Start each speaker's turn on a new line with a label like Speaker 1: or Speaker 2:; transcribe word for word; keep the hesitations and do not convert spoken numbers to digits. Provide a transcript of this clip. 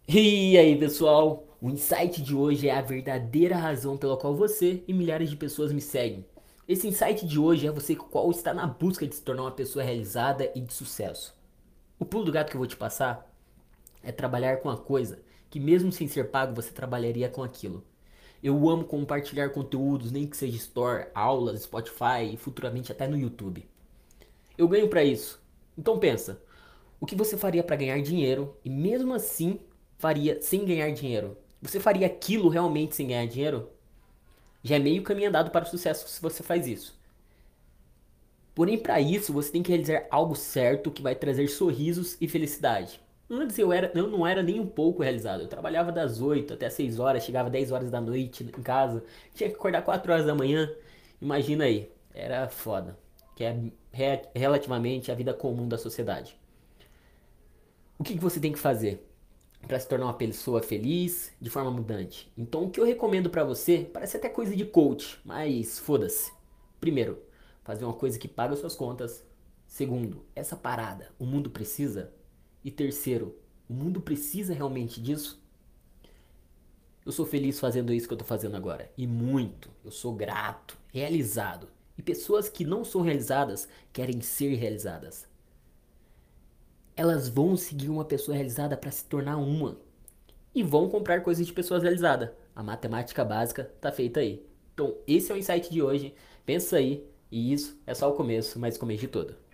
Speaker 1: E aí, pessoal? O insight de hoje é a verdadeira razão pela qual você e milhares de pessoas me seguem. Esse insight de hoje é você qual está na busca de se tornar uma pessoa realizada e de sucesso. O pulo do gato que eu vou te passar é trabalhar com a coisa que mesmo sem ser pago você trabalharia com aquilo. Eu amo compartilhar conteúdos, nem que seja store, aulas, Spotify e futuramente até no YouTube. Eu ganho pra isso. Então pensa, o que você faria para ganhar dinheiro e mesmo assim faria sem ganhar dinheiro? Você faria aquilo realmente sem ganhar dinheiro? Já é meio caminho andado para o sucesso se você faz isso. Porém, para isso, você tem que realizar algo certo que vai trazer sorrisos e felicidade. Antes eu, era, eu não era nem um pouco realizado. Eu trabalhava das oito até seis horas, chegava dez horas da noite em casa, tinha que acordar quatro horas da manhã. Imagina aí, era foda. Que é re- relativamente a vida comum da sociedade. O que que você tem que fazer para se tornar uma pessoa feliz de forma mudante? Então, o que eu recomendo para você parece até coisa de coach, mas foda-se. Primeiro, fazer uma coisa que paga suas contas. Segundo, essa parada, o mundo precisa. E terceiro, o mundo precisa realmente disso? Eu sou feliz fazendo isso que eu tô fazendo agora. E muito. Eu sou grato, realizado. E pessoas que não são realizadas querem ser realizadas. Elas vão seguir uma pessoa realizada para se tornar uma. E vão comprar coisas de pessoas realizadas. A matemática básica tá feita aí. Então, esse é o insight de hoje. Pensa aí, e isso é só o começo, mas o começo de tudo.